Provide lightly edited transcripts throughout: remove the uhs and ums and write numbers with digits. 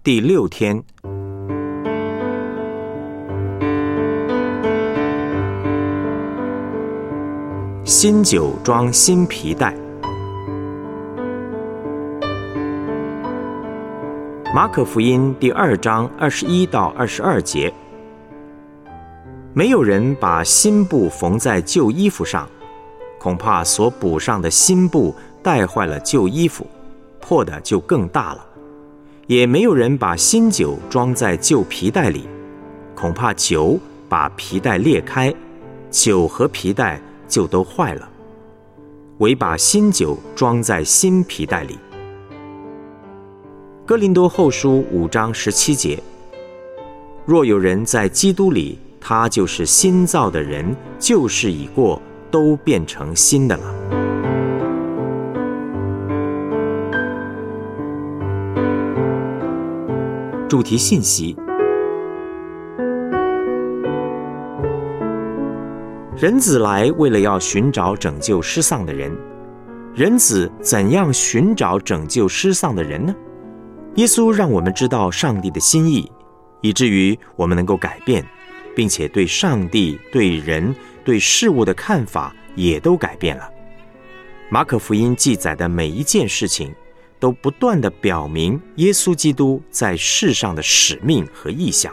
第6天。新酒装新皮袋。马可福音第2章21到22节。没有人把新布缝在旧衣服上，恐怕所补上的新布带坏了旧衣服，破的就更大了。也没有人把新酒装在旧皮袋里，恐怕酒把皮袋裂开，酒和皮袋就都坏了。唯把新酒装在新皮袋里。哥林多后书5章17节。若有人在基督里，他就是新造的人，旧事已过，都变成新的了。主题信息：人子来，为了要寻找拯救失丧的人。人子怎样寻找拯救失丧的人呢？耶稣让我们知道上帝的心意，以至于我们能够改变，并且对上帝、对人、对事物的看法也都改变了。马可福音记载的每一件事情，都不断地表明耶稣基督在世上的使命和意向。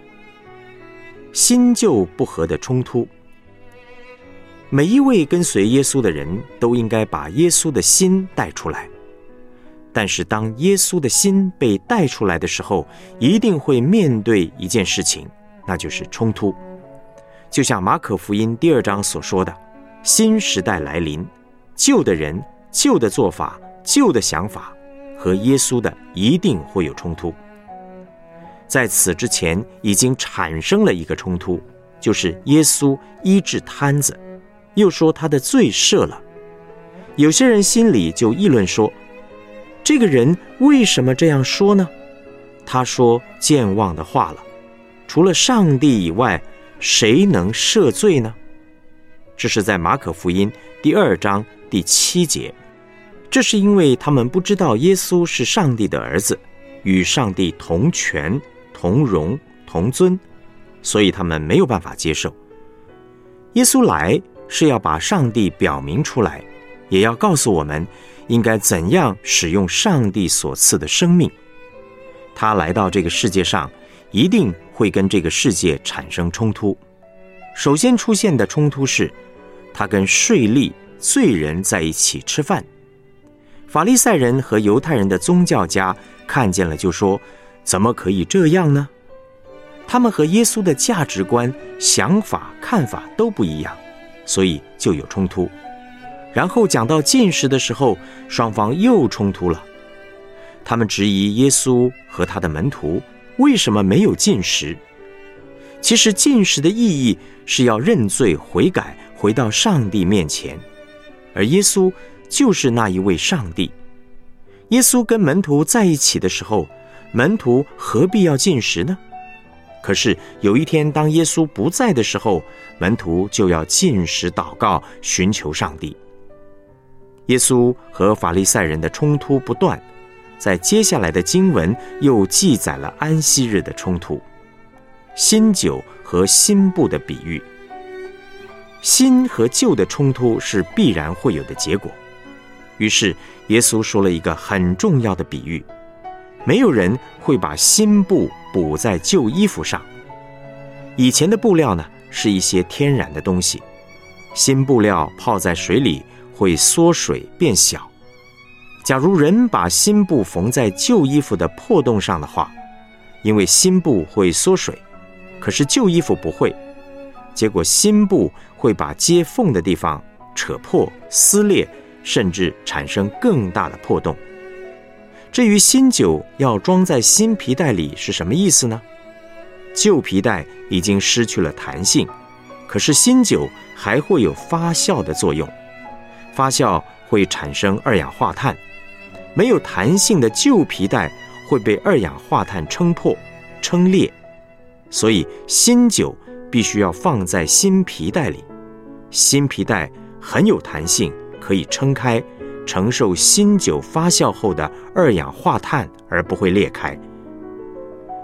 新旧不合的冲突。每一位跟随耶稣的人都应该把耶稣的心带出来，但是当耶稣的心被带出来的时候，一定会面对一件事情，那就是冲突。就像马可福音第2章所说的，新时代来临，旧的人、旧的做法、旧的想法和耶稣的一定会有冲突。在此之前已经产生了一个冲突，就是耶稣医治瘫子，又说他的罪赦了。有些人心里就议论说，这个人为什么这样说呢？他说健忘的话了，除了上帝以外，谁能赦罪呢？这是在马可福音第2章第7节。这是因为他们不知道耶稣是上帝的儿子，与上帝同权、同荣、同尊，所以他们没有办法接受。耶稣来是要把上帝表明出来，也要告诉我们应该怎样使用上帝所赐的生命。他来到这个世界上，一定会跟这个世界产生冲突。首先出现的冲突是，他跟税吏、罪人在一起吃饭。法利赛人和犹太人的宗教家看见了就说，怎么可以这样呢？他们和耶稣的价值观、想法、看法都不一样，所以就有冲突。然后讲到禁食的时候，双方又冲突了。他们质疑耶稣和他的门徒为什么没有禁食。其实禁食的意义是要认罪悔改，回到上帝面前，而耶稣就是那一位上帝。耶稣跟门徒在一起的时候，门徒何必要禁食呢？可是有一天当耶稣不在的时候，门徒就要禁食祷告，寻求上帝。耶稣和法利赛人的冲突不断，在接下来的经文又记载了安息日的冲突。新酒和新布的比喻，新和旧的冲突是必然会有的结果。于是耶稣说了一个很重要的比喻，没有人会把新布补在旧衣服上。以前的布料呢，是一些天然的东西，新布料泡在水里会缩水变小。假如人把新布缝在旧衣服的破洞上的话，因为新布会缩水，可是旧衣服不会，结果新布会把接缝的地方扯破、撕裂，甚至产生更大的破洞。至于新酒要装在新皮袋里是什么意思呢？旧皮袋已经失去了弹性，可是新酒还会有发酵的作用，发酵会产生二氧化碳，没有弹性的旧皮带会被二氧化碳撑破、撑裂，所以新酒必须要放在新皮带里。新皮带很有弹性，可以撑开，承受新酒发酵后的二氧化碳而不会裂开。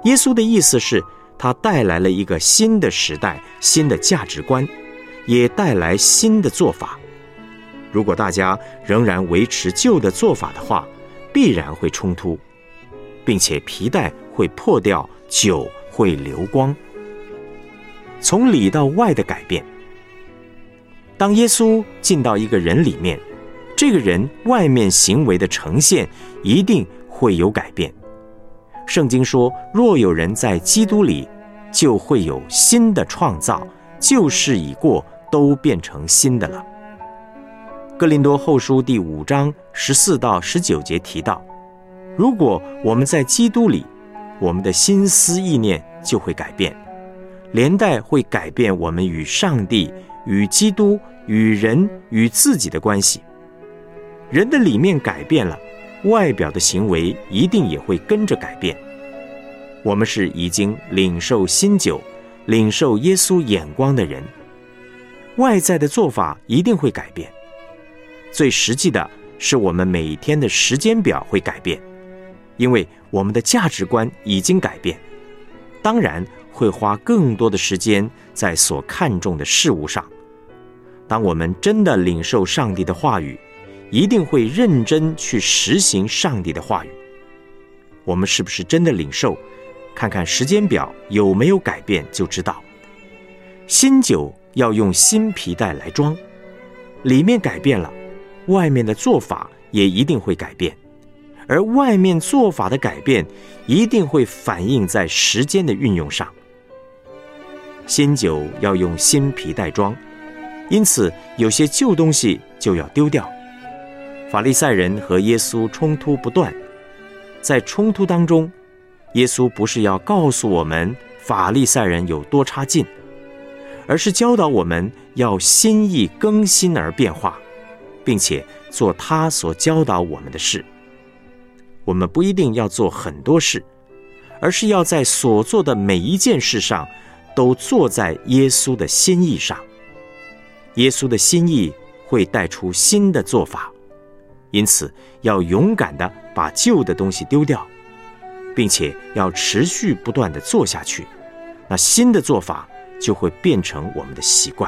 耶稣的意思是，他带来了一个新的时代、新的价值观，也带来新的做法。如果大家仍然维持旧的做法的话，必然会冲突，并且皮带会破掉，酒会流光。从里到外的改变，当耶稣进到一个人里面，这个人外面行为的呈现一定会有改变。圣经说，若有人在基督里，就会有新的创造，旧事已过，都变成新的了。哥林多后书第5章14到19节提到，如果我们在基督里，我们的心思意念就会改变，连带会改变我们与上帝、与基督、与人、与自己的关系。人的里面改变了，外表的行为一定也会跟着改变。我们是已经领受新酒、领受耶稣眼光的人，外在的做法一定会改变。最实际的是我们每天的时间表会改变，因为我们的价值观已经改变，当然会花更多的时间在所看重的事物上。当我们真的领受上帝的话语，一定会认真去实行上帝的话语。我们是不是真的领受？看看时间表有没有改变就知道。新酒要用新皮带来装，里面改变了，外面的做法也一定会改变，而外面做法的改变一定会反映在时间的运用上。新酒要用新皮带装，因此有些旧东西就要丢掉。法利赛人和耶稣冲突不断，在冲突当中，耶稣不是要告诉我们法利赛人有多差劲，而是教导我们要心意更新而变化，并且做他所教导我们的事。我们不一定要做很多事，而是要在所做的每一件事上都做在耶稣的心意上。耶稣的心意会带出新的做法，因此要勇敢地把旧的东西丢掉，并且要持续不断地做下去，那新的做法就会变成我们的习惯。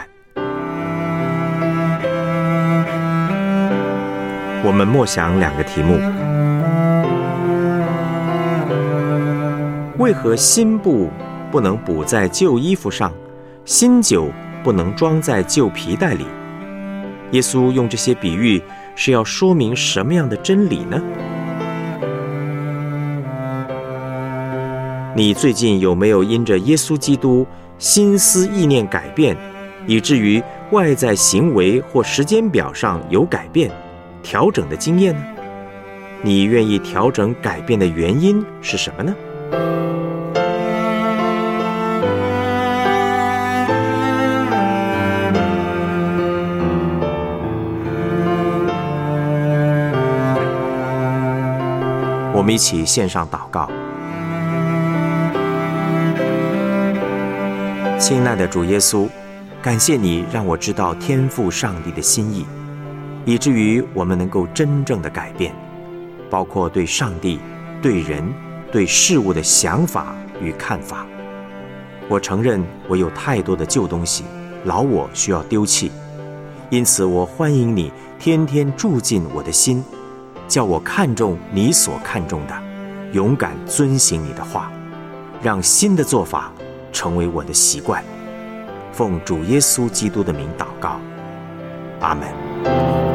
我们默想2个题目：为何新布不能补在旧衣服上，新酒不能装在旧皮带里？耶稣用这些比喻是要说明什么样的真理呢？你最近有没有因着耶稣基督心思意念改变，以至于外在行为或时间表上有改变、调整的经验呢？你愿意调整改变的原因是什么呢？我们一起献上祷告。亲爱的主耶稣，感谢你让我知道天父上帝的心意，以至于我们能够真正的改变，包括对上帝、对人、对事物的想法与看法。我承认我有太多的旧东西，老我需要丢弃，因此我欢迎你天天住进我的心，叫我看重你所看重的，勇敢遵行你的话，让新的做法成为我的习惯。奉主耶稣基督的名祷告，阿们。